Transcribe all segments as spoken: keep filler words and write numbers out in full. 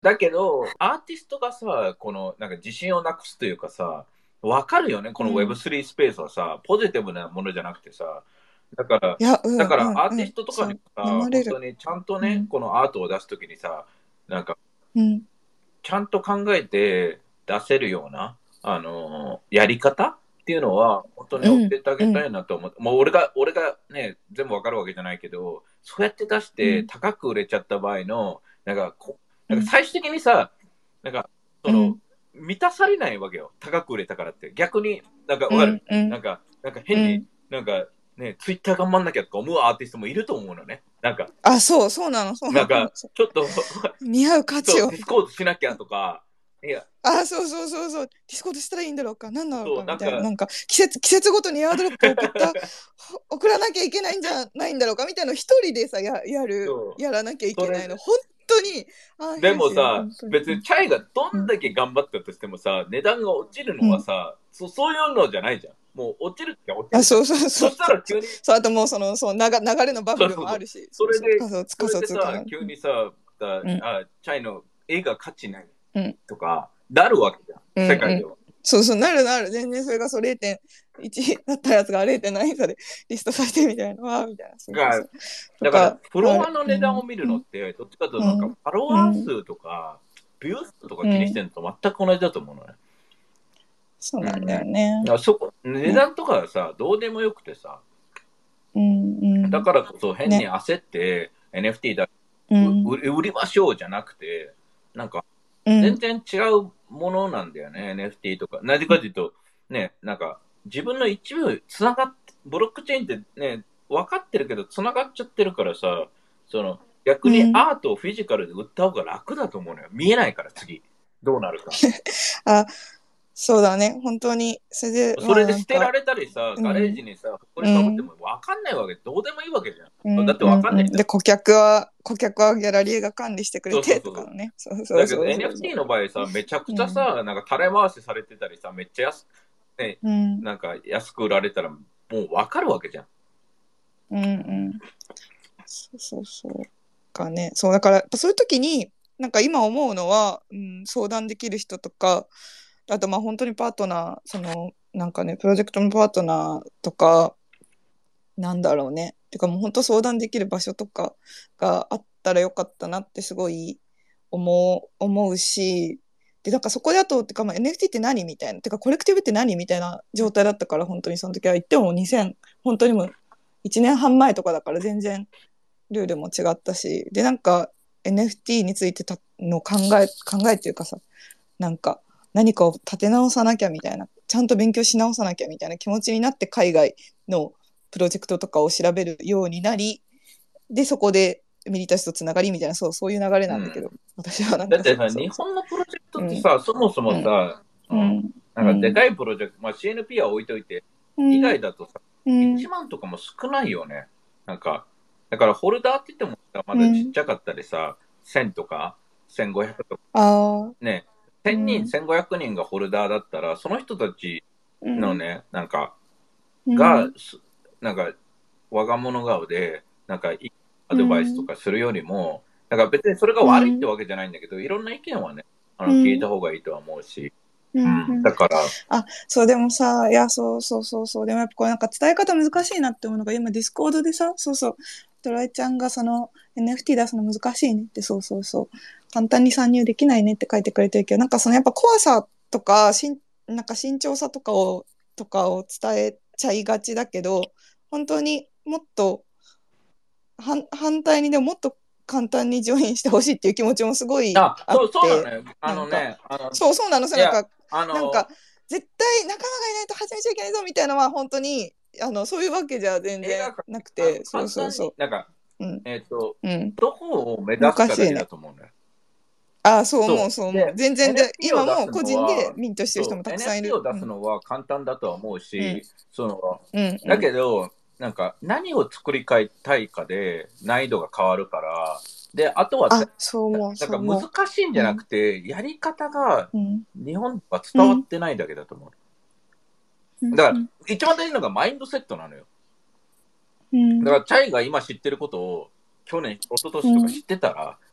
だけど、アーティストがさ、この、なんか自信をなくすというかさ、わかるよね、この ウェブスリー スペースはさ、ポジティブなものじゃなくてさ、だから、 いや、うんだからうんうん。 アーティストとかにそう、 さ、本当生まれる。 にちゃんとね、 うん。 このアートを出すときにさ、なんか、 うん。 ちゃんと考えて出せるような、あのーやり方っていうのは、本当に教うん。 えてあげたうん。 いなと思って、もう俺が、俺がね、全部わかるわけじゃないけど、そうやって出してうん。 高く売れちゃった場合の、なんかこ、 うん。 なんか最終的にさ、なんか、その、 うん。 満たされないわけよ。高く売れたからって。逆に、なんかわかる。 うん。うん。 なんか、なんか変に、 うん。 なんかね、ツイッター頑張んなきゃとか思うアーティストもいると思うのね。なんか、 あ、そう、そうなの、そうなの。 なんか、 そちょっとう見合う価値そう、 を。 ディスコードしなきゃとか、いや、 あ、そうそうそうそう。ディスコードしたらいいんだろうか、なんだろうそう、 か、みたいな。 なんか、 なんか、季節、季節ごとにエアドロップ送った、ほ送らなきゃいけないんじゃないんだろうか、みたいなの一人でさ、や、やる、 そう、 やらなきゃいそれけないの。本当に、ああ、 でヘルシーだ、 もさ、 本当に。 別にチャイがどうん。 んだけ頑張ったとしてもさ、値段が落ちるうん。 のはさ、そそういうのじゃないじゃん。もう落ちるって落ちあ、 るじゃん。 そうそうそそしたうそうそう。 ら急に、 そう、あともうその、そう、流流れのバブルそうそうそう。 もあるし、そうそう。 それで、 仮想、 そ仮想れでさ、 通貨がある。 急にさ、だうん。 あチャイの絵が価値ないうん。 とか、なるわけじゃん。 うん。うん。 世界では。 そうそう、なるなる。全然それがそう れいてんいち だったやつがれいてん何差でリストさせてみたいな。わあ、みたいな。そうそうそがう。とだから、 か、 フォロある。 ワーの値段うん。 を見るうん。 のって、どっちかというとなんか、 うん。 フォロうん。 ワー数とか、ビュー数とか気にしうん。 てるのと全く同じだと思うのね。 そうなんだようん。だね。 からそこ、値ね。 段とかはさ、どうでもよくてさ、 うん。うん。 だからこそ変にね。 焦って エヌエフティー だ、ううん。 売り売りましょうじゃなくて、なんか、 うん。 全然違うものなんだよね、エヌエフティー とか。なぜかというと、ね、なんか、自分の一部、つながっ、ブロックチェーンってね、分かってるけど、つながっちゃってるからさ、その、逆にうん。 アートをフィジカルで売った方が楽だと思うのよ。見えないから、次。どうなるか。 あ、そうだね。本当に。それで、まあそれでなんか、 捨てられたりさ、ガレーうん。 ジにさ、埃かぶってうん。 も分かんないわけ。どうでもいいわけじゃん。だうん。 って分うん。うん。で、 かんないんだもん。 顧客は、顧客はギャラリーが管理してくれそうそうてそうそう。 とかのね。そうそうだけどそうそうそエヌエフティー の場合さ、めちゃくう。うん。 ちゃさ、なんか垂れ回しされてたりさ、めっちゃ安く、ね、 うん。 なんか安く売られたらもうわかるわけじゃん。 うん。うん。そうそうそう。かね。そう、だから、やっぱそういう時に、なんか今思うのは、うん、相談できる人とか、あとまあ本当にパートナー、その、なんかね、プロジェクトのパートナーとか、なんだろうね。てかもう本当相談できる場所とかがあったらよかったなってすごい思う、思うし、で、なんかそこだと、てかまあ エヌエフティー って何みたいな、てかコレクティブって何みたいな状態だったから、本当にその時は言ってもにせん、本当にもういちねんはん前とかだから全然ルールも違ったし、で、なんか エヌエフティー についてたの考え、考えっていうかさ、なんか何かを立て直さなきゃみたいな、ちゃんと勉強し直さなきゃみたいな気持ちになって海外のプロジェクトとかを調べるようになり、で、そこでミリタスとつながりみたいな、そう、そういう流れうん。 なんだけど、私はなんかだってさ、 そうそうそ日本のプロジェクトう。うん。 ってさ、そもそもうん。 さ、うん、 うん。 なんかでうん。 かいプロジェクト、まあ シーエヌピー は置いといて、以うん。 外だとさ、 うん。 いちまんとかも少ないよね。なんか、だからホルダーって言ってもさまだちっうん。 ちゃかったりさ、せんとかせんごひゃくとかああ。 ね、 うせんにん、 ん。 せんごひゃくにんがホルダーだったら、その人たちうん。 のね、なんか、が、 うん。 すなんか、我が物顔で、なんか、いいアうドバイスとん。 かするよりも、だから別にそれがう悪いってん。 わけじゃないんだけど、いろんな意見はね、あの、聞いうん。 た方がいいとは思うし、 うん。ううん。 ん。 だから、 あ、そう、でもさ、いや、そうそうそうそう、でもやっぱこれなんか伝え方難しいなって思うのが、今ディスコードでさ、そうそう、ドライちゃんがその エヌエフティー 出すの難しいねって、そうそうそう、簡単に参入できないねって書いてくれてるけど、なんかそのやっぱ怖さとか、しん、なんか慎重さとかを、とかを伝えちゃいがちだけど、本当にもっと、反反対にでももっと簡単にジョインしてほしいっていう気持ちもすごいあ、 あそう、そうなのって、 よ。あなんか、 のね、あの、 そうそうなの、そいや、 うなんか、 あなんか、 の、 絶対仲間がいないと始めちゃいけないぞみたいなのは本当に、あの、そういうわけじゃ全然映画館、あの、 なくて、そう簡単に、 そうそなんか、 う。うん、 えっと、 うん。 どこを目指すかだけだ難しいね。 と思うのよ。 ああ、そう思う、 そう。 そう思う。 で、 全然で、 エヌエフティー を今出すも個人でのは、 ミントしてる人もそう、 たくさんいエヌエフティーる。 を出うん、 すのは簡単だとは思ううん、 し、その、 うん、うだん。 けど、なんか、何を作り変えたいかで難易度が変わるから、で、あとは、 あ、そう思う、 なんかそう思難しいんう。 じゃなくうん、 て、やり方がうん、 日本は伝わっうん、 てないだけだと思う。 うん、 だから、 うん、 一番大事なのがマインドセットなのよ。 うん、 だから、チャイが今知ってることを、去年、一昨年とか知うん、 ってたら、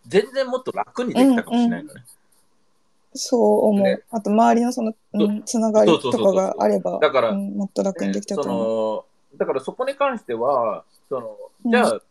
全然もっと楽にできたかもしれないのね。うんうん、 そう思う、ね。あと周りのその、うん、つながりとかがあれば、 だから、 うん、もっと楽にできたと思う。 ね、そのだからそこに関しては、そのじゃあ、うん、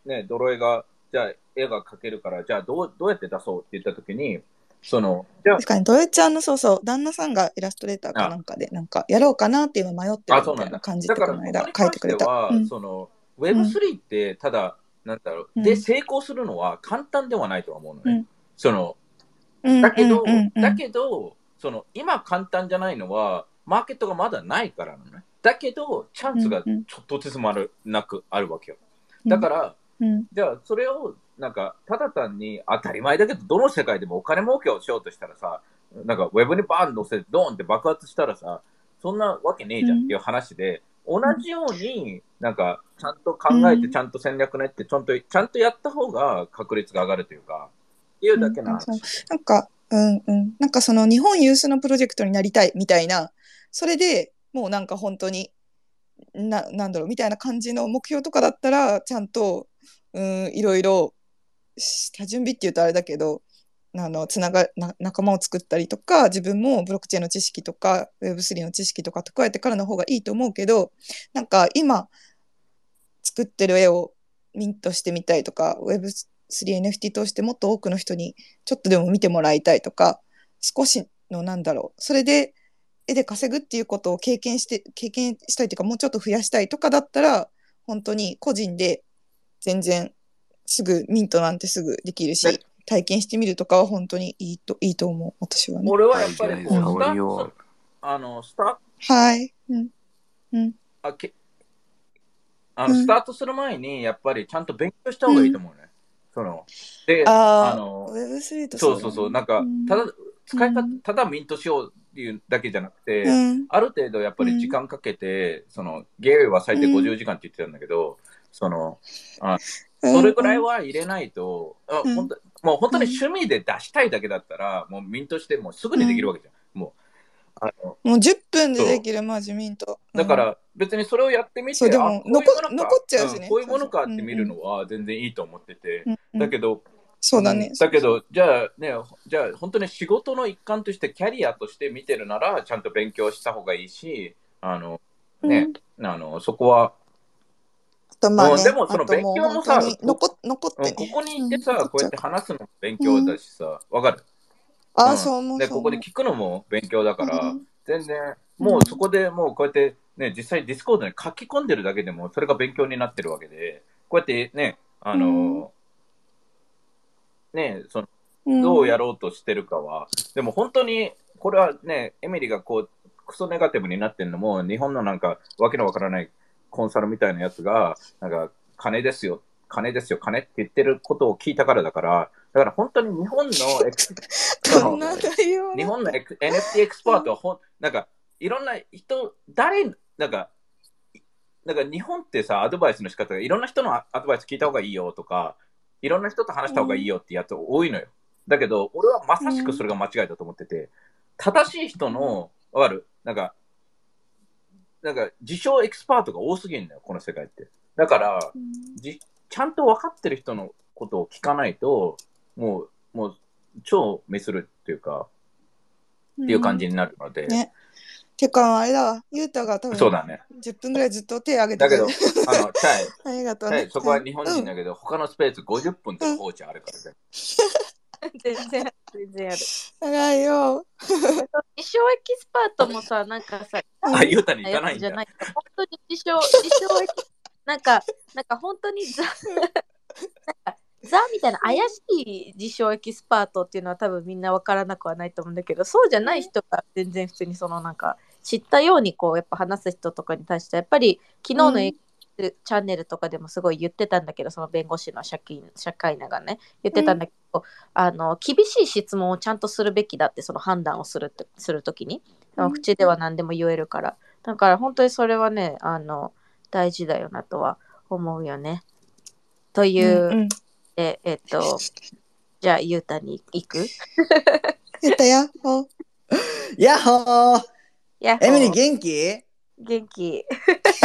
ね、ドロエがじゃあ絵が描けるからじゃあどうどうやって出そうって言ったときに、そのじゃあ確かにドロエちゃんのそうそう旦那さんがイラストレーターかなんかでなんかやろうかなって今迷ってるみたいな感じでこの間書いてくれた。 は、うん、その ウェブスリー ってただ、うん、なんだろうで成功するのは簡単ではないと思うのね。うん、そのだけど、うんうんうん、だけどその今簡単じゃないのはマーケットがまだないからのね。だけどチャンスがちょっとずつもある、なくあるわけよ。だから、うん、じゃあそれをなんかただ単に当たり前だけどどの世界でもお金儲けをしようとしたらさ、なんかウェブにバーン載せてドーンって爆発したらさ、そんなわけねえじゃんっていう話で、うん、同じようになんかちゃんと考えてちゃんと戦略練ってちゃんとちゃんとやった方が確率が上がるというか、いうだけの話、うん、 なんかうんうんなんかその日本有数のプロジェクトになりたいみたいな、それでもうなんか本当にななんだろうみたいな感じの目標とかだったらちゃんとうんいろいろ下準備って言うとあれだけどあのつながな仲間を作ったりとか自分もブロックチェーンの知識とか ウェブスリー の知識とか蓄えてからの方がいいと思うけど、なんか今作ってる絵をミントしてみたいとか ウェブスリーエヌエフティー 通してもっと多くの人にちょっとでも見てもらいたいとか、少しのなんだろうそれで絵で稼ぐっていうことを経験して経験したいというかもうちょっと増やしたいとかだったら本当に個人で全然すぐミントなんてすぐできるし、体験してみるとかは本当にいいといいと思う私はね。 俺はやっぱりこう、うん、スタートあのスタはいうんうんあけあの、うん、スタートする前にやっぱりちゃんと勉強した方がいいと思うね。うん、そのであの ウェブスリー とそうそうそうそうなんか、うん、ただ使い方、うん、ただミントしようっていうだけじゃなくて、うん、ある程度やっぱり時間かけて、そのゲイは最低ごじゅうじかんって言ってたんだけど、そのあそれぐらいは入れないと、うん、あ本当もう本当に趣味で出したいだけだったら、もうミントしてもうすぐにできるわけじゃん。うん、もうあのもうじゅっぷんでできるマジミント。 だから別にそれをやってみて、 でも残っちゃうしね、 うん、こういうものかって見るのは全然いいと思ってて、うんうん、だけど、 そうだね。 うん、だけどじゃあね、じゃあ本当に仕事の一環としてキャリアとして見てるならちゃんと勉強した方がいいし、あのね、うん、あのそこは。 とまあね、 でもその勉強もさ、 残残って、ね、 ここに行ってさ、うん、こうやって話すのも勉強だしさ、わ、うん、かる。 あ、うん、そう思う。 でここで聞くのも勉強だから、うん、全然もうそこでもうこうやってね、実際ディスコードに書き込んでるだけでもそれが勉強になってるわけで、こうやってね、あの、うん、ね、そのどうやろうとしてるかは、でも本当にこれはね、エミリーがこうクソネガティブになってるのも日本のなんかわけのわからないコンサルみたいなやつがなんか金ですよ金ですよ金って言ってることを聞いたからだから、だから本当に日本のエクその日本の エヌエフティー エクスパートはほんなんかいろんな人誰なんかなんか日本ってさアドバイスの仕方がいろんな人のアドバイス聞いた方がいいよとかいろんな人と話した方がいいよってやつ多いのよ。だけど俺はまさしくそれが間違いだと思ってて、正しい人のわかるなんかなんか自称エキスパートが多すぎるんだよこの世界って。だから、うん、じちゃんと分かってる人のことを聞かないともうもう超ミスるっていうか、うん、っていう感じになるので。 ね、てかあれだわ、ゆうたが多分そうだね。 じゅっぷんぐらいずっと手挙げてくれる。 だけどあのチャイありがとうね。 そこは日本人だけど、うん、他のスペースごじゅっぷんとか放置あるからね。 全然全然ある。 長いよ。 自称エキスパートもさ、なんかさ、 あ、ゆうたに行かないんだ。 本当に自称自称エキなんかなんか本当にザなんかザみたいな怪しい自称エキスパートっていうのは多分みんな分からなくはないと思うんだけど、そうじゃない人が全然普通にそのなんか知ったようにこうやっぱ話す人とかに対してやっぱり昨日の、うんチャンネルとかでもすごい言ってたんだけど、その弁護士の社会がね言ってたんだけど、うん、あの厳しい質問をちゃんとするべきだって、その判断をするってするときに、うん、口では何でも言えるから、だから本当にそれはねあの大事だよなとは思うよね。という、うんうん、ええっとじゃあゆうたに行くゆうたやっほーやっほーやっほーエミリー元気元気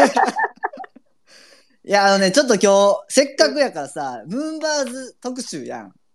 いやあのねちょっと今日せっかくやからさムーンバーズ特集やん。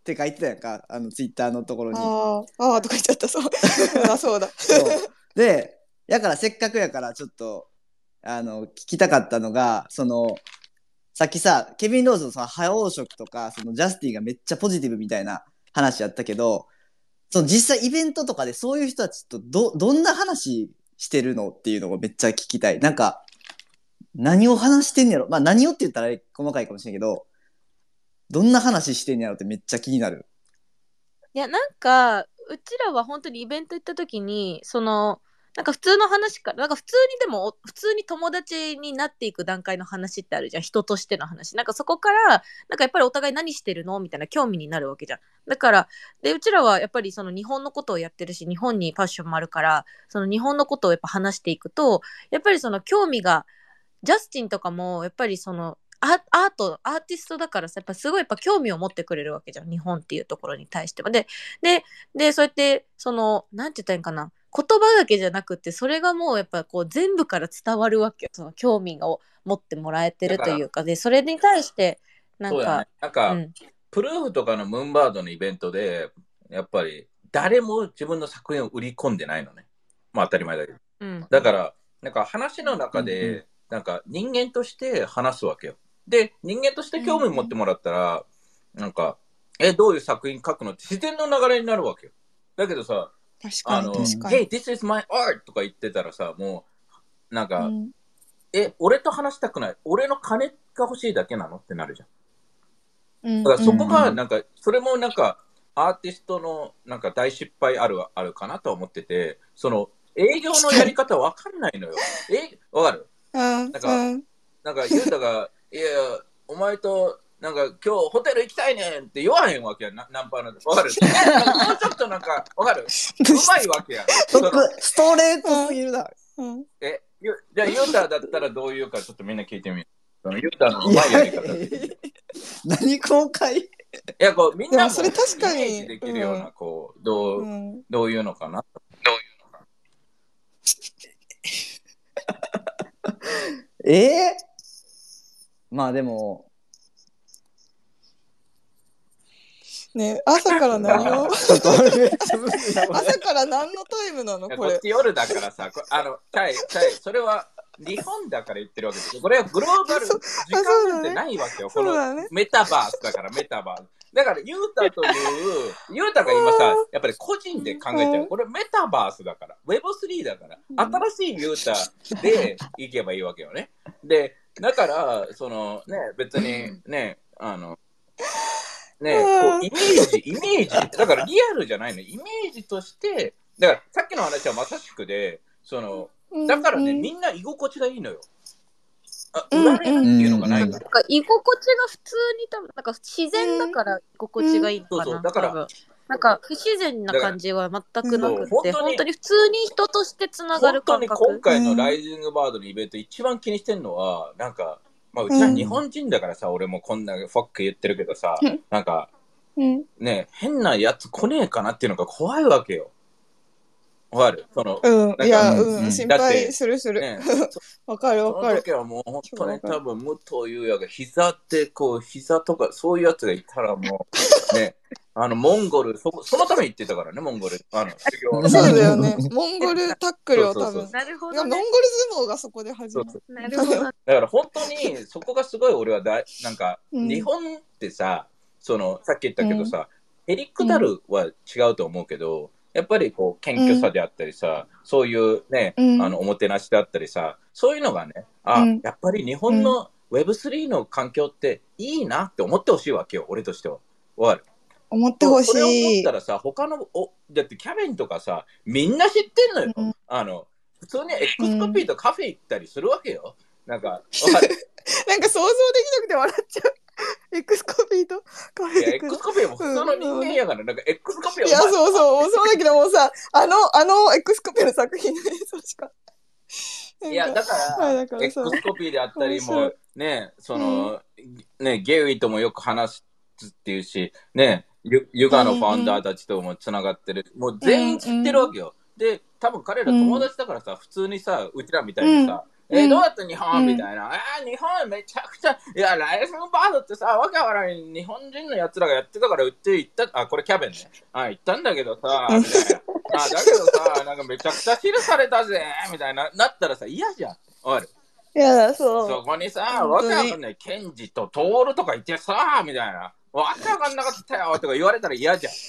って書いてたやんか、あのツイッターのところに。 ああ、ああとか言っちゃった。そう。そうだ、そうだ。 そうで、やからせっかくやからちょっと、あの、聞きたかったのが、その、さっきさ、ケビン・ローズのその覇王色とか、そのジャスティがめっちゃポジティブみたいな話やったけど、その実際イベントとかでそういう人たちとど、どんな話してるのっていうのをめっちゃ聞きたい。なんか、何を話してんやろ。まあ何をって言ったら細かいかもしれんけど、どんな話してんやろってめっちゃ気になる。 いや、なんか、うちらは本当にイベント行った時に、その、なんか普通の話から、なんか普通にでも、普通に友達になっていく段階の話ってあるじゃん。人としての話。なんかそこから、なんかやっぱりお互い何してるのみたいな興味になるわけじゃん。だから、で、うちらはやっぱりその日本のことをやってるし、日本にパッションもあるから、その日本のことをやっぱ話していくと、やっぱりその興味が、ジャスティンとかも、やっぱりその、アアート、アーティストだからさ、やっぱすごいやっぱ興味を持ってくれるわけじゃん。日本っていうところに対しては。で、で、で、そうやって、その、なんて言ったらいいんかな。言葉だけじゃなくて、それがもうやっぱこう全部から伝わるわけよ。その興味を持ってもらえてるというか、で、それに対して、なんか、 そうだね。なんか、 うん、 プルーフとかのムーンバードのイベントで、やっぱり誰も自分の作品を売り込んでないのね。まあ当たり前だけど。 うん、 だから、なんか話の中うんうんで、なんか人間として話すわけよ。で、人間として興味持ってもらったら、なんか、え、どういう作品書くのって自然の流れになるわけよ。だけどさ、 確かに、 あの、 確かに。 Hey, this is my art とか言ってたらさ、もう、なんか、 うんえ、俺と話したくない。俺の金が欲しいだけなのってなるじゃん。 うんだからそこが、 うんなんか、それもなんか、アーティストのなんか大失敗あるあるかなと思ってて、その、営業のやり方わかんないのよ。え、わかるうんなんか、 うんなんか、ゆうたが、いやいや、お前と、なんか、今日ホテル行きたいねんって言わへんわけやん、なナンパなんて。わかるなんかもうちょっとなんか、わかるうまいわけやん。そのそストレートすぎるな。 うんえ、ゆじゃあ、ゆうただったらどういうか、ちょっとみんな聞いてみよう。そのゆうたのうまいやり方って。い何公開や、こう、みんなもでもそれ確かにイメージできるような、こう、どう、 うんどういうのかな。 ええまあでも、 ね、朝から何をちょっとあれめっちゃむずいなこれ朝から何のタイムなのいやこれ。 こっち夜だからさ、こあの、チャイ、チャイ、それは日本だから言ってるわけですよ。これはグローバル、時間なんてないわけよ。このそうだね。 メタバースだから、メタバース。だから、ユータという、ユータが今さ、やっぱり個人で考えちゃうう。これメタバースだから、ウェブスリー だから、新しいユータで行けばいいわけよね。で、だから、そのね、別にね、あの、ね、こうイメージ、イメージ、だからリアルじゃないの、イメージとして、だからさっきの話はまさしくで、その、だからね、 うんみんな居心地がいいのよ。あ、 うん売られるっていうのがないから。 なんか居心地が普通に多分なんか自然だから居心地がいいのかな。 うんそうそうだから多分なんか不自然な感じは全くなくて、 そう本当に本当に普通に人としてつながる本当感覚。 に今回のライジングバードのイベント一番気にしてるのは、なんか、まあうちは日本人だからさ、俺もこんなフォック言ってるけどさ、なんか、 うんね、変なやつ来ねえかなっていうのが怖いわけよ。わかるその、 うん、いや、 うんうん、 うん心だって配するする。 ね、 わかるそわかる。 の時はもう本当に多分武藤優也が膝ってこう膝とかそういうやつがいたらもうねあのモンゴル そ, そのために行ってたからねモンゴルあの修行のそうだよね。モンゴルタックルを多そうそう分。 なるほいや、 どね。 モンゴル相撲がそこで始まる。 そうそうなるほど。 だから本当にそこがすごい俺はだなんか、 うん日本ってさそのさっき言ったけどさ、へりくだるは違うと思うけど、やっぱりこう謙虚さであったりさ、そういうね、 うんあのおもてなしであったりさ、そういうのがね、あ、 うんやっぱり日本の ウェブスリー の環境っていいなって思ってほしいわけよ、俺としては。わかる思ってほしそれを思っいた。らさ、他の、おだってキャベンとかさ、みんな知ってんのよ。 うんあの、普通にエクスコピーとカフェ行ったりするわけよ。なんか、わかるなんか想像できなくて笑っちゃう。エクスコピーとカフいや、 ェ行くの。 エクスコピーも普通の人間やから、なんかエクスコピーいや、 はお前そうそう、そうだけどもさ、あの、あのエクスコピーの作品の映像しか。 いや、だかはいら、 だからさ X コピーであったり面白いも、ね、その、ね、ゲイともよく話すっていうし、ね、ユユガのファウンダーたちともつながってる。もう全員知ってるわけよ。で、多分彼ら友達だからさ、普通にさ、うちらみたいにさ、 えーうんどうやって日本、 うんみたいな。えー日本めちゃくちゃ、いや、ライスのバードってさ、わけわからない日本人のやつらがやってたから売って行った、あ、これキャベンね。あ、行ったんだけどさ、みたいな。あ、だけどさ、なんかめちゃくちゃ記されたぜ、みたいな。なったらさ、嫌じゃん。わかる。 いや、そう。 そこにさ、 本当にわけわかんない、ケンジとトールとかいてさ、みたいな。わけわかんなかったよ、とか言われたら嫌じゃん。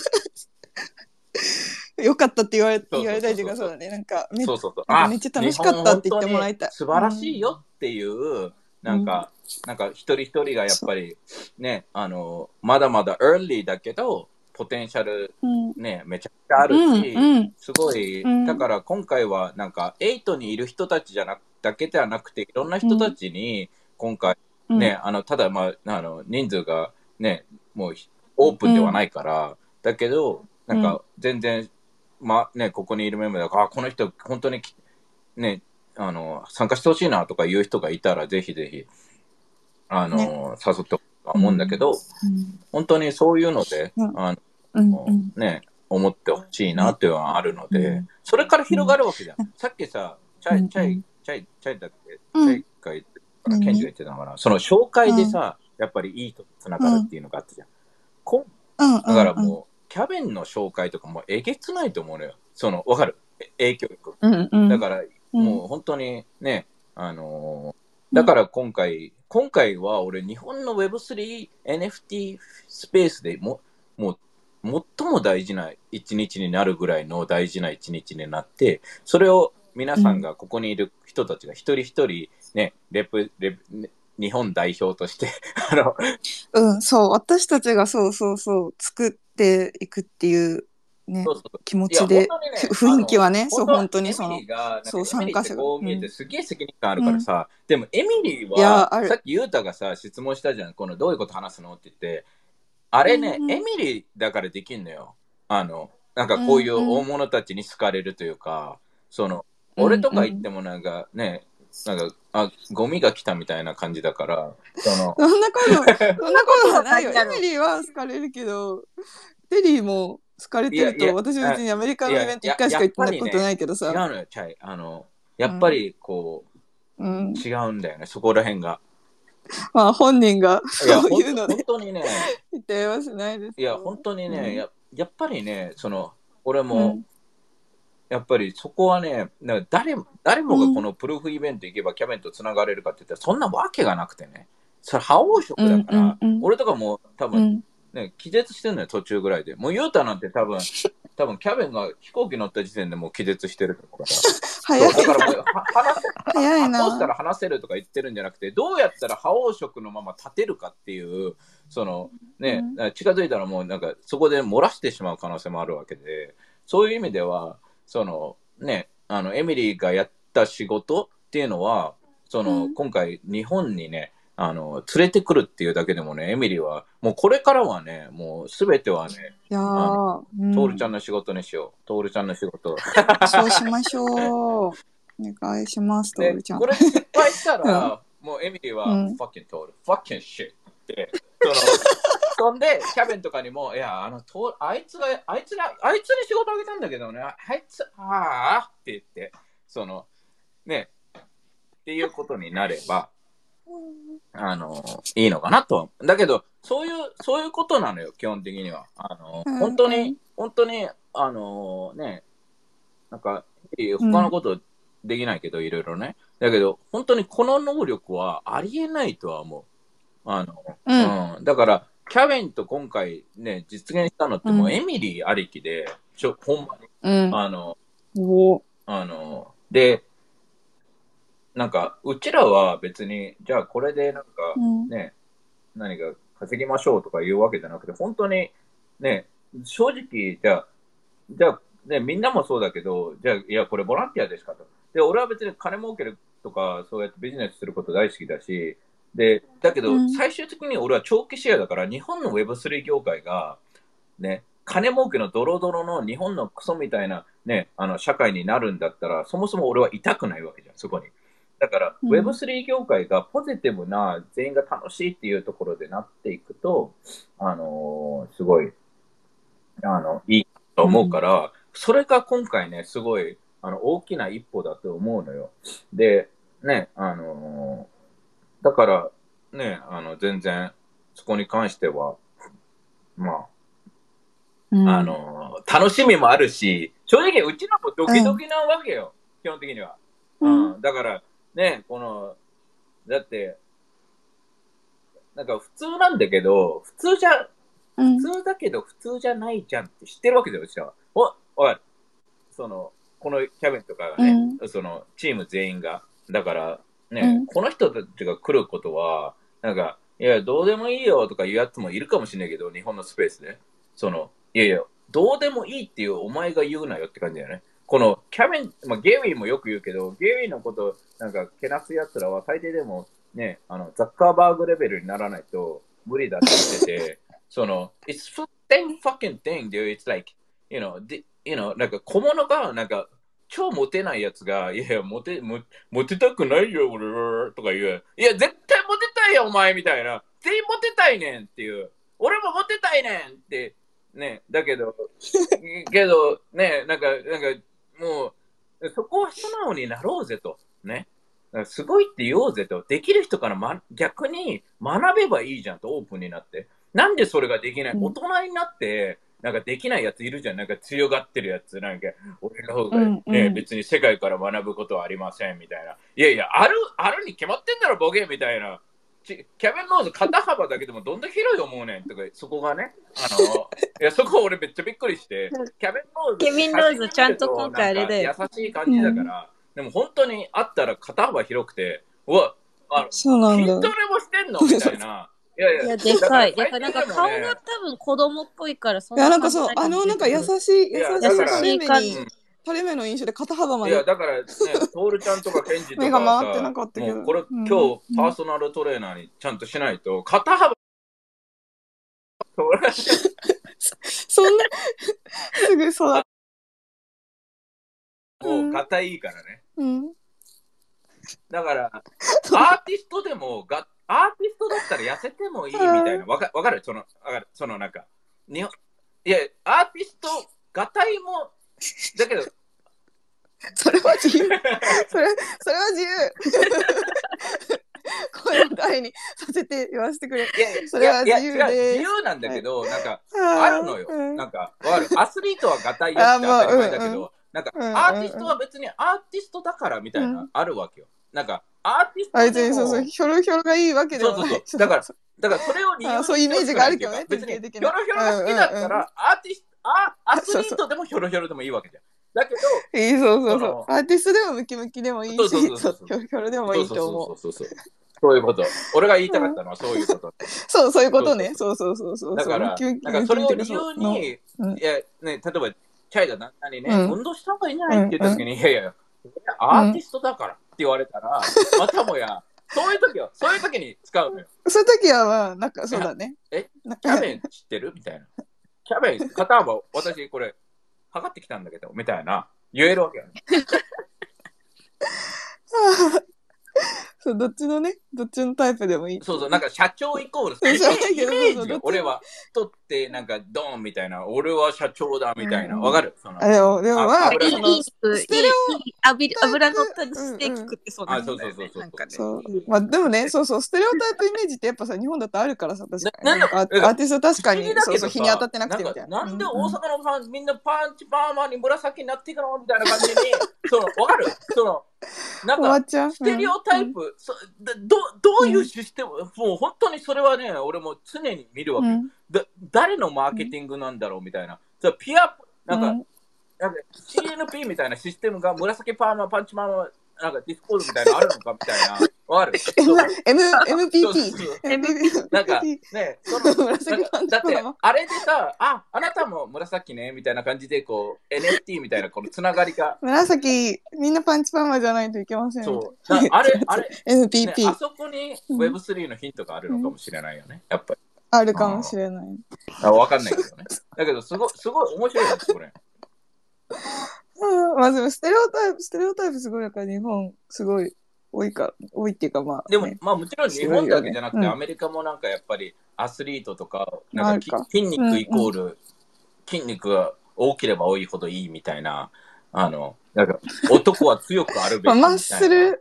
よかったって言われそうそうそうそう言われたいというか、そうだね。なんかめ、 そうそうそう。 なんかあ、 めっちゃ楽しかったって言ってもらいたい。 日本本当に素晴らしいよっていう、なんか、なんか一人一人がやっぱりね、あの、まだまだ early だけど、ポテンシャルうん。 ね、めちゃくちゃあるし、 うんうんすごい、 うんだから今回はなんか、エイトにいる人たちじゃなくだけではなくて、いろんな人たちに、今回ね、あの、ただまあ、あの、人数がね、もうオープンではないから、だけど、なんか全然、まあね、ここにいるメンバーだから、あ、この人本当にきね、あの、参加してほしいなとかいう人がいたら、ぜひぜひ、あの、 ね誘ってほしいと思うんだけど、 うん本当にそういうので、 うんあの、 うんうんね、思ってほしいなっていうのはあるので、 うんそれから広がるわけじゃん。 うんさっきさ、チャイ、 うんチャイ、チャイ、チャイだっけ、 うんチャイが言ってたから、ケンジが言ってたから、その紹介でさ、やっぱりいい人とつながるっていうのがあったじゃん。こうんだからもう、キャベンの紹介とかもえげつないと思うのよ。その、わかるえ影響力。 うんうんだから、 うんもう本当にね、あのーだから今回、今回は俺、日本の ウェブスリー、エヌエフティー スペースでも、もう、最も大事な一日になるぐらいの大事な一日になって、それを皆さんが、ここにいる人たちが一人一人、ね、レプ、レプ、ね日本代表として、あの、 うん、そう、私たちがそうそうそう、作っていくっていうねそう、そう気持いや、 ちで、 本当にね、 ふ雰囲気はね、そう、 あの本当にそのエミリー、が、なんかそう、 エミリーって参加者が。 こう見えてうんすげえ責任感あるからさ、でもエミリーいやは、 あるさっきユータがさ、質問したじゃん、このどういうこと話すのって言って、あれね、 うんうんエミリーだからできんのよ。あの、なんかこういう大物たちに好かれるというか、その、俺とか言ってもなんかね、なんか、あ、ゴミが来たみたいな感じだから、その、 そんなこと、そんなことはないよ。 そんなことはないだろうエミリーは好かれるけど、テリーも好かれてると、 いやいや私は別にアメリカのイベントいや一回しか行ったややっぱりねことないけどさ。 違うのよ、チャイ。あの、やっぱりこう、 うん。 違うんだよね、そこら辺が。 まあ本人がいや、 そうほんいうので本当にね、 否定はしないですいや、本当にね、 うんややっぱりね、その、俺うも、 んやっぱりそこはね、なんか誰誰もがこのプルーフイベント行けばキャベンとつながれるかって言ったら、そんなわけがなくてね。それ、覇王色だから、 うんうんうん俺とかも多分うん。 ね、気絶してるのよ、途中ぐらいで。もうユータなんて多分、多分キャベンが飛行機乗った時点でもう気絶してるから。 早いそうだからもう、は話せ、 早いなどうしたら話せるとか言ってるんじゃなくて、どうやったら覇王色のまま立てるかっていう、その、ね、近づいたらもうなんか、そこで漏らしてしまう可能性もあるわけで、そういう意味では、その、ね、あの、エミリーがやった仕事っていうのは、その、 うん今回日本にね、あの、連れてくるっていうだけでもね、エミリーは、もうこれからはね、もうすべてはね、 いやあー、うんトールちゃんの仕事にしよう。トールちゃんの仕事。 そうしましょう。お願いします、トーでルちゃん。 これで失敗したら、もうエミリーは、 うん fucking トール、fucking shit って、その、そんで、キャベンとかにも、いや、あの、トールあいつが、あいつら、あいつに仕事あげたんだけどね、あいつ、ああって言って、その、ね、っていうことになれば、あの、いいのかなと。だけど、そういう、そういうことなのよ、基本的には。あの、 うん本当にうん、 本当に、あの、ね、なんか、他のことできないけど、いろいろね。だけど、本当にこの能力はありえないとは思う。あの、 うんうん。だから、キャベンと今回ね、実現したのってもううんエミリーありきで、ちょ、ほんまに。 うん。 あの、 おあの、で、なんか、うちらは別に、じゃあこれでなんかうんね、何か稼ぎましょうとかいうわけじゃなくて、本当にね、正直、じゃあ、じゃあ、ね、みんなもそうだけど、じゃあ、いや、これボランティアですかと。で、俺は別に金儲けるとか、そうやってビジネスすること大好きだし、で、だけど、 うん最終的に俺は長期シェアだから、日本の ウェブスリー 業界が、ね、金儲けのドロドロの日本のクソみたいな、ね、あの、社会になるんだったら、そもそも俺は痛くないわけじゃん、そこに。だから、 うんウェブスリー 業界がポジティブな、全員が楽しいっていうところでなっていくと、あのーすごい、あの、いいと思うから、それが今回ね、すごい、あの、大きな一歩だと思うのよ。で、 ね、あのーだから、ね、あの、全然、そこに関しては、まあ、 うんあのー楽しみもあるし、正直、うちの子ドキドキなわけよ、基本的には。 ううんん、だから、ね、この、だって、なんか普通なんだけど、普通じゃ、 うん普通だけど普通じゃないじゃんって知ってるわけだよ、うちらは。お、おい、その、このキャビンとかがね、その、チーム全員が。だから、ね、 うんこの人たちが来ることは、なんか、いや、どうでもいいよとか言うやつもいるかもしれないけど、日本のスペースで。その、いやいや、どうでもいいっていうお前が言うなよって感じだよね。この、キャビン、まあ、ゲイリーもよく言うけど、ゲイリーのこと、なんか、けなす奴らは最低でも、ね、あの、ザッカーバーグレベルにならないと無理だって言ってて、その、it's the same fucking thing, dude. It's like, you know, the, you know, なんか小物が、なんか、超モテないやつが、いやいや、モテ、モモテたくないよ、俺は、とか言う。いや、絶対モテたいよ、お前、みたいな。全員モテたいねんっていう。俺もモテたいねんって、ね、だけど、けど、ね、なんか、なんか、もう、そこは素直になろうぜと。ね。すごいって言おうぜと。できる人から、ま、逆に学べばいいじゃんと、オープンになって。なんでそれができない、 うん大人になって、なんかできないやついるじゃん。なんか強がってるやつ。なんか、俺の方がね、 うんうん別に世界から学ぶことはありません、みたいな。いやいや、ある、あるに決まってんだろ、ボケみたいな。ちキャビン・ノーズ肩幅だけでもどんだけ広い思うねんとか、そこがね、あの、いや、そこ俺めっちゃびっくりして、キャビン・ノーズ、 ケビンローズちゃんと今回あれだよなんか優しい感じだから、でも本当にあったら肩幅広くて、うわ、あそうなんだ筋トレもしてんのみたいな。いやいや、 いや、でかい。 だだからなんか顔が多分子供っぽいから、そいやなんかそうあのなんか優い。 しい優しいいや垂だかられ目優しにうん垂れ目の印象で肩幅まいや、 でだからね、トールちゃんとかケンジと目がか回ってなかさ、 ったけどもうこれ、 うん今日パーソナルトレーナーにちゃんとしないと、肩幅そんなすぐ育っもう硬いからね。 うんだから、アーティストでもが、アーティストだったら痩せてもいいみたいな。わかわかるその、わかるそのなんか、日本いや、アーティスト、がたいも、だけど、 それは自由それそれは自由声を大にさせて言わせてくれいやいや、 それは自由いやいや違うです自由なんだけど、なんか、 ああるのよ。 うんなんか、わかるアスリートはがたいよって当たり前だけど、 あまあうんうんなんか、 うんうんアーティストは別にアーティストだからみたいな、 うんあるわけよ。なんか、アーティスあいつトでもにそうそうひょろひょろがいいわけでそうそうはないそう。だから、だからそれを理由にあそういうイメージがあるけどね別に、 典型的なヒョロヒョロが好きだったら、 うんうんうんアーティスト、あアスリートでもヒョロヒョロでもいいわけじゃん。だけど、 いいそうそうそそうのアーティストでもムキムキでもいいしそうそうそうそうそうひょろひょろでもいいと思うそうそうそうそうそう。そういうこと。俺が言いたかったのはそういうこと。 そうそういうことねそうそうそうそうだから、 ムキムキなんかそれを理由ムキムキに、 うんいや、ね、例えば、チャイが旦那にね、 うん運動した方がいいんじゃないって言った時に、いやいや、アーティストだからって言われたら、またもや、そういう時は、そういう時に使うのよ。 そういう時はまあなんかそうだねえなキャベン知ってるみたいな。キャベン、肩幅、私これ、測ってきたんだけど、みたいな、言えるわけよね。 そうどっちのねどっちのタイプでもいいそうそう、なんか社長イコール、 そうそうだけどイメージそうそうが俺は、人ってなんかドーンみたいな、俺は社長だみたいな、 うんわかるそのあでもでもまああ油いい、 そのいい、いいステレオ、 いい、油油乗ったステーキ食ってそうなあ、 んだよねそうそうそうそう。 なんかねそうまあでもねそうそうステレオタイプイメージってやっぱさ日本だとあるからさ確かにななんだアーアーティスト確かに不思議だけどさそうそう日に当たってなくてみたいななんかなんで大うんうん阪のファン、みんなパンチパーマに紫になっていくのみたいな感じに、その、わかるその、なんか終わっ、ちゃうステレオタイプ、そだどどういうシステム、もう本当にそれはね、俺も常に見るわけよ。 うんだ誰のマーケティングなんだろうみたいな。そうピア、なんか、 うんなんか シーエヌピー みたいなシステムが紫パーマ、パンチパーマ、なんかディスコードみたいなのあるのかみたいな。わかるそう M エムピーティそうそうそうー エムピーティーなんかね、その紫なんかパンチだってパーマあれでさ、あ、あなたも紫ねみたいな感じでこう エヌエフティー みたいなこのつながりが、 紫みんなパンチパーマじゃないといけませんそう、なあれあれ、ね、 エムピーピーあそこに ウェブスリー のヒントがあるのかもしれないよね、やっぱり。 あるかもしれないあ、わかんないけどね。だけどすごいすごい面白いですこれ。 うんまあでもステレオタイプステレオタイプすごいやから日本すごい多いか多いっていうかまあでも、 ねまあもちろん日本だけじゃなくて、 うんアメリカもなんかやっぱりアスリートとか、なんかきあるか筋肉イコール、筋肉が多ければ多いほどいいみたいな、あの、なんか男は強くあるべきみたいな。 まあマッスル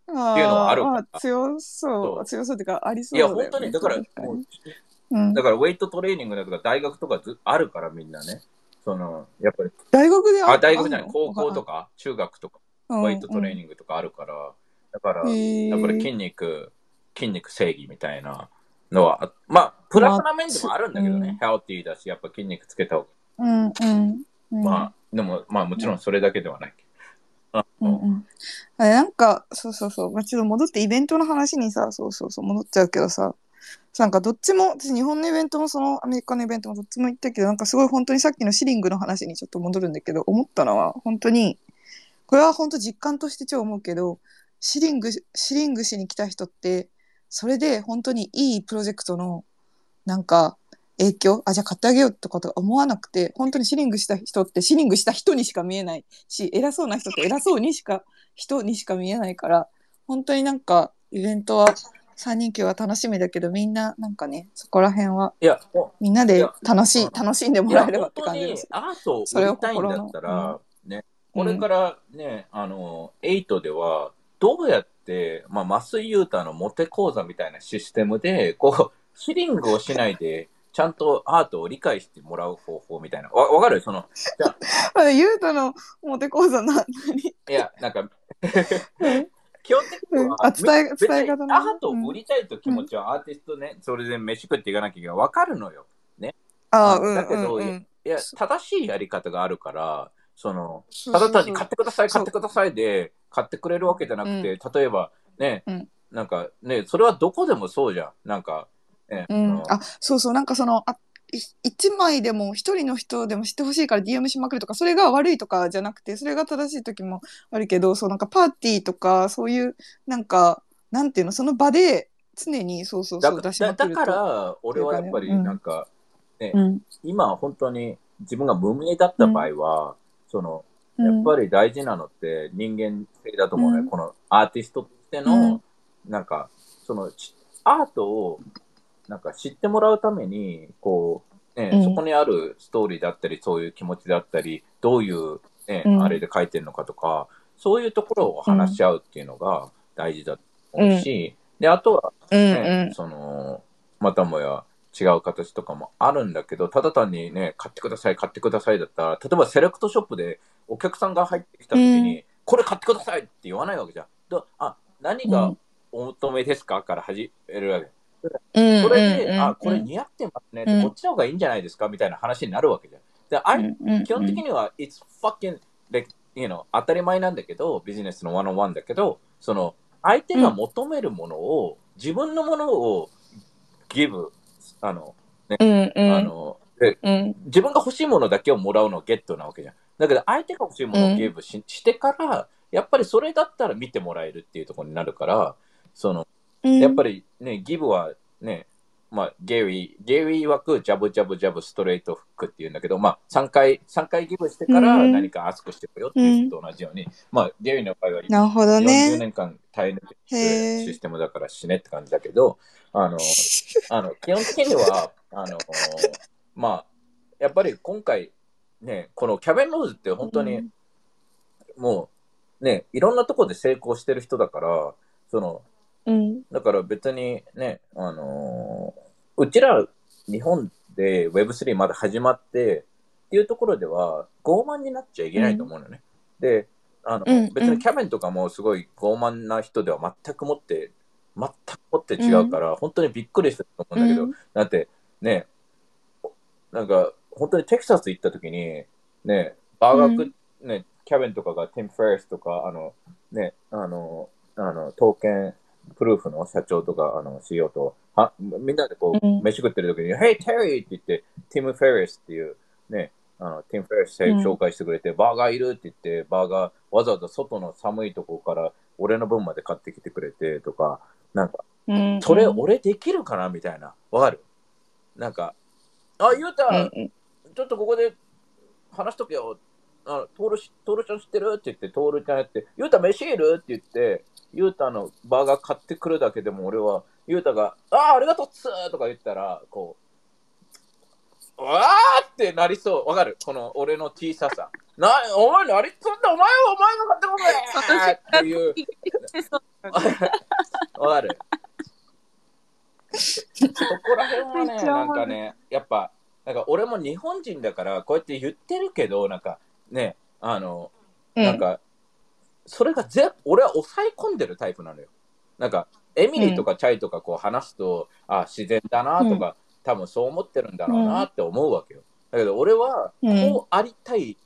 あいうのはあるから。 まあ、強そう。 そう強そうっていうか、ありそういや、 だよね。 本当に、だから、 確かにもう、 うんだから、ウェイトトレーニングだとか、大学とかずあるから、みんなね。その、やっぱり、 大学でああ、大学じゃない、 あんの高校とか、中学とか、 うんウェイトトレーニングとかあるから、だから、 うん、へやっぱりえ。 筋肉、筋肉正義みたいなのは、あまあ、プラスな面でもあるんだけどね、ヘルティーだし、やっぱ筋肉つけた方が、 うんうんうん。 まあ、でも、まあ、もちろんそれだけではないけど。あうんうん。あれなんか、そうそうそう。まあ、ちょっと戻ってイベントの話にさ、そうそうそう、戻っちゃうけどさ、なんかどっちも、私日本のイベントもそのアメリカのイベントもどっちも行ったけど、なんかすごい本当にさっきのシリングの話にちょっと戻るんだけど、思ったのは、本当に、これは本当実感として超思うけど、シリング、シリングしに来た人って、それで本当にいいプロジェクトの、なんか、影響あ、じゃあ買ってあげようとかと思わなくて、本当にシリングした人ってシリングした人にしか見えないし、偉そうな人って偉そうにしか、人にしか見えないから、本当になんか、イベントはさんにん級は楽しみだけど、みんななんかね、そこら辺はいや、もみんなう、いでや、 楽しい、 うん楽しんでもいや、 らえればって本当に感じです。 アートをそれを売りたいん心の。 だったうん。 ら、ね、 うん。 これからね、あの、エイトでは、どうやって、まあ、増井優太のモテ講座みたいなシステムで、こう、シリングをしないで、ちゃんとアートを理解してもらう方法みたいな。わ、わかるその、じゃあ、 あれ、ゆうたのモテ講座な、何いや、なんか、 うん基本的にうん。あ、 は、み伝え、 別に伝え方のね。 アートをうん。 売りたいと気うん。 持ちはアーティストね、それで飯食っていかなきゃいけない。わかるのよ。ね。 ああ、 あの、 うんうんだけど、いや、 うん。 いやそ正しいやり方があるから、その、 そうただそうそう。 単に買ってください、買そう。 ってくださいで、買ってくれるわけじゃなうん。 くて、例えば、ね、 うん。 なんかね、それはどこでもそうじゃん。なんか、ね、 うん。 あの、 あ、そうそう。なんかその、あ、い一枚でも一人の人でも知ってほしいから ディーエム しまくるとか、それが悪いとかじゃなくて、それが正しい時もあるけど、そうなんかパーティーとか、そういう、なんか、なんていうの、その場で常にそうそうそうだか、だ、 出しまくだかると、っら、俺ていうかね。 はやっぱり、なんうん。 か、ね、 うん。 今本当に自分が無名だった場うん。 合は、その、やっうん。 ぱり大事なのって人間性だと思うね。 うん。 このアーティストとしてうん。 の、なんか、その、ちアートを、なんか知ってもらうために、こう、ね、そこうん。 にあるストーリーだったり、そういう気持ちだったり、どういう、ね、 うん。 あれで書いてるのかとか、そういうところをうん。 話し合うっていうのが大事だと思ううん。 し、で、あとは、 うん。 ね、 うん。 その、またもや違う形とかもあるんだけど、ただ単にね、買ってください、買ってくださいだったら、例えばセレクトショップでお客さんが入ってきたうん。 時に、これ買ってくださいって言わないわけじゃん。どあ、何がうん。 お求めですかから始めるわけ。 うん。 それで、あ、こうん。 れ似合ってますねって、こっうん。 ちの方がいいんじゃないですかみたいな話になるわけじゃん。で、あれ、 うん。うん。 基本うん。 的には、it's fucking, like, you know, 当たり前なんだけど、ビジネスのワンオンワンだけど、その、相手が求めるものを、自分のものを give, あの、ね、 うん。 あの、でうん。 自分が欲しいものだけをもらうのがゲットなわけじゃん。だけど、相手が欲しいものをギブし、してから、やっぱりそれだったら見てもらえるっていうところになるから、その、やっぱりね、ギブはね、まあ、ゲリー、ゲリー枠、ジャブジャブジャブ、ストレートフックっていうんだけど、まあ、さんかい、さんかいギブしてから何かアスクしてこよっていうのと同じように、まあ、ゲリーの場合はなるほどよんじゅうね。 ねんかん耐え抜けへるシえ。 ステムだから死ねって感じだけど、あの、あの、基本的には、あの、まあ、やっぱり今回、ね、このキャベン・ローズって本当に、もう、ね、いろんなところで成功してる人だから、その、 うん。 だから別にね、あのーうちら日本で ウェブスリー まだ始まってっていうところでは傲慢になっちゃいけないと思うのね。で、あの、 うん。 別にキャベンとかもすごい傲慢な人では全くもって、全くもって違うから、本当にびっくりしたと思うんだけど、だってね、なんか本当にテキサス行った時に、ね、バーガーク、ね、キャベンとかがティム・フェリスとか、あの、ね、あの、あの、刀剣プルーフの社長とか、あの、シーイーオー と、は、みんなでこう、飯食ってる時に、Hey, Terry! って言って、ティム・フェリスっていう、ね、あの、ティム・フェリス紹介してくれて、バーガーいるって言って、バーガーわざわざ外の寒いとこから俺の分まで買ってきてくれてとか、なんか、それ俺できるかなみたいな。わかるなんか、あ、ゆうた、ちょっとここで話しとけよ。あ、トール、トールちゃん知ってるって言って、トールちゃんやって、ゆうた飯いるって言って、ゆうたのバーガー買ってくるだけでも俺は、ゆうたが、ああ、ありがとうっつーとか言ったら、こう、わーってなりそう。わかるこの俺の小ささ。な、お前何言っとんだお前はお前が買ってこないっていう。 わかる。そこら辺はね、 めっちゃなんわかるかね、やっぱ、なんか俺も日本人だから、こうやって言ってるけど、なんかね、あの、 うんなんか、それがぜ、俺は抑え込んでるタイプなのよ。なんか、エミリーとかチャイとかこう話すと、あ、自然だなとか、多分そう思ってるんだろうなって思うわけよ。だけど俺は、こうありたい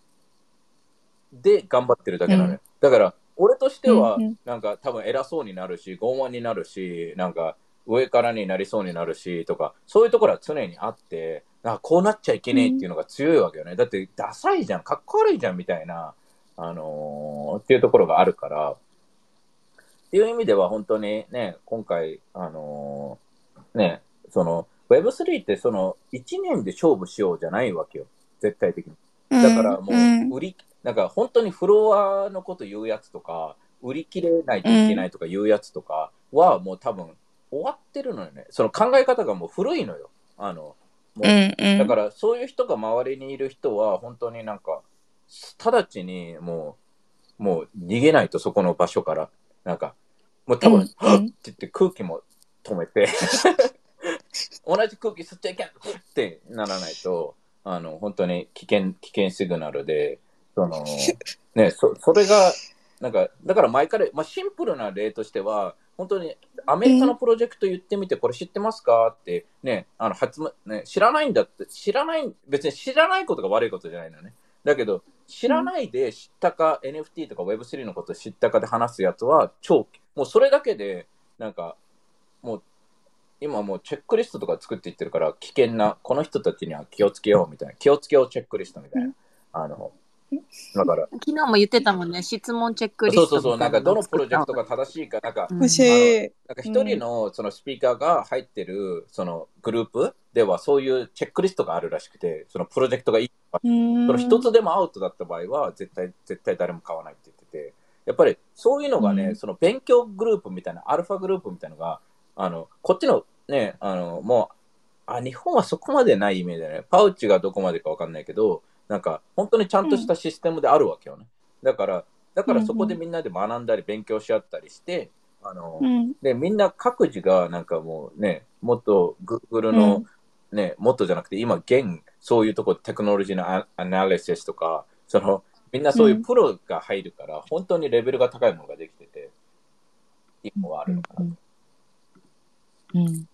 で頑張ってるだけなのよ。だから、俺としては、なんか多分偉そうになるし、傲慢になるし、なんか上からになりそうになるしとか、そういうところは常にあって、あ、こうなっちゃいけねえっていうのが強いわけよね。だってダサいじゃん、かっこ悪いじゃんみたいな、あのーっていうところがあるから、っていう意味では本当にね、今回、あのーね、その ウェブスリー ってそのいちねんで勝負しようじゃないわけよ、絶対的に。だからもう売り、なんか本当にフロアのこと言うやつとか、売り切れないといけないとか言うやつとかはもう多分終わってるのよね。その考え方がもう古いのよ。あの、もうだからそういう人が周りにいる人は本当になんか、直ちにもう、もう逃げないとそこの場所から、なんか、もう多分、はっって言って空気も止めて、同じ空気吸っちゃいけんってならないと、あの、本当に危険、危険シグナルで、その、ね、そ、それが、なんか、だから前から、まあ、シンプルな例としては、本当にアメリカのプロジェクト言ってみて、これ知ってますかってね、あの、発明、ね、知らないんだって、知らない、別に知らないことが悪いことじゃないのね。だけど、知らないで知ったか、エヌエフティー とか ウェブスリー のこと知ったかで話すやつは、超、もうそれだけで、なんか、もう、今もうチェックリストとか作っていってるから、危険な、この人たちには気をつけようみたいな、気をつけようチェックリストみたいな。あの、だから、 昨日も言ってたもんね、質問チェックリストそうそうそう、 みたなのをないんかどのプ作ったのロジェクトが正しいか、なんか、 うん欲しあの、 い。 なんか一人のそのスピーカーが入ってるそのグループではそういうチェックリストがあるらしくて、そのプロジェクトがいい、その一つでもアウトだった場合は絶対、絶対誰も買わないって言ってて、やっぱりそういうのがね、 うんその勉強グループみたいな、アルファグループみたいなのが、あの、こっちのね、あの、もう、あ、日本はそこまでないイメージだね。パウチがどこまでかわかんないけど、なんか本当にちゃんとしたシステムであるわけよね。だから、だからそこでみんなで学んだり勉強し合ったりして、あの、 うんで、みんな各自がなんかもうね、もっと Google のね、もっとじゃなくて今現、そういうとこテクノロジーのアアナリシスとか、その、みんなそういうプロが入るから、本当にレベルが高いものができてて、いいのがあるのかなと。 うん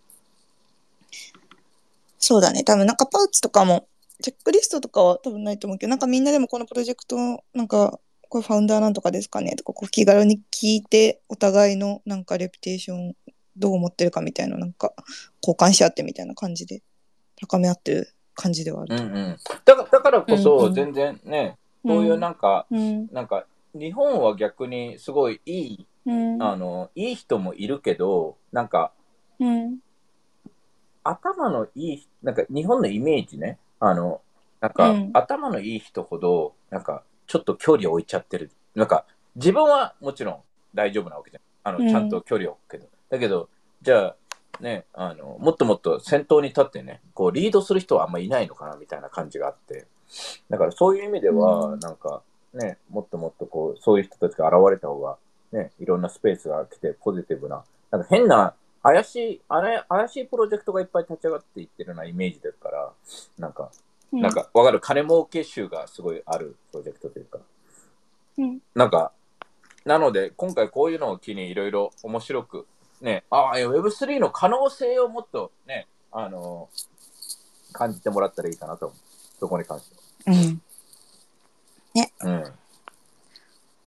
そうだね。多分なんかパウチとかも、チェックリストとかは多分ないと思うけど、なんかみんなでもこのプロジェクト、なんか、これファウンダーなんとかですかねとか、こう気軽に聞いて、お互いのなんかレピュテーションどう思ってるかみたいな、なんか交換し合ってみたいな感じで、高め合ってる感じではあると。 うんうん。だからだからこうんうんそ全然ね、そういうなんか、 うんなんか、日本は逆にすごいいい、 うんあの、いい人もいるけど、なんか、 うん頭のいい、なんか日本のイメージね、あの、なんか、 うん頭のいい人ほど、なんか、ちょっと距離を置いちゃってる。なんか、自分はもちろん大丈夫なわけじゃん。あの、 うんちゃんと距離を置くけど。だけど、じゃあ、ね、あの、もっともっと先頭に立ってね、こう、リードする人はあんまいないのかな、みたいな感じがあって。だからそういう意味では、 うんなんか、ね、もっともっとこう、そういう人たちが現れた方が、ね、いろんなスペースが来て、ポジティブな、なんか変な、怪しい、あれ、怪しいプロジェクトがいっぱい立ち上がっていってるようなイメージですから、なんか、 うんなんか、わかる、金儲け集がすごいあるプロジェクトというか、 うんなんか、なので、今回こういうのを機にいろいろ面白く、ね、ああ、ウェブスリー の可能性をもっとね、あの感じてもらったらいいかなと思う。そこに関してうんは。うん。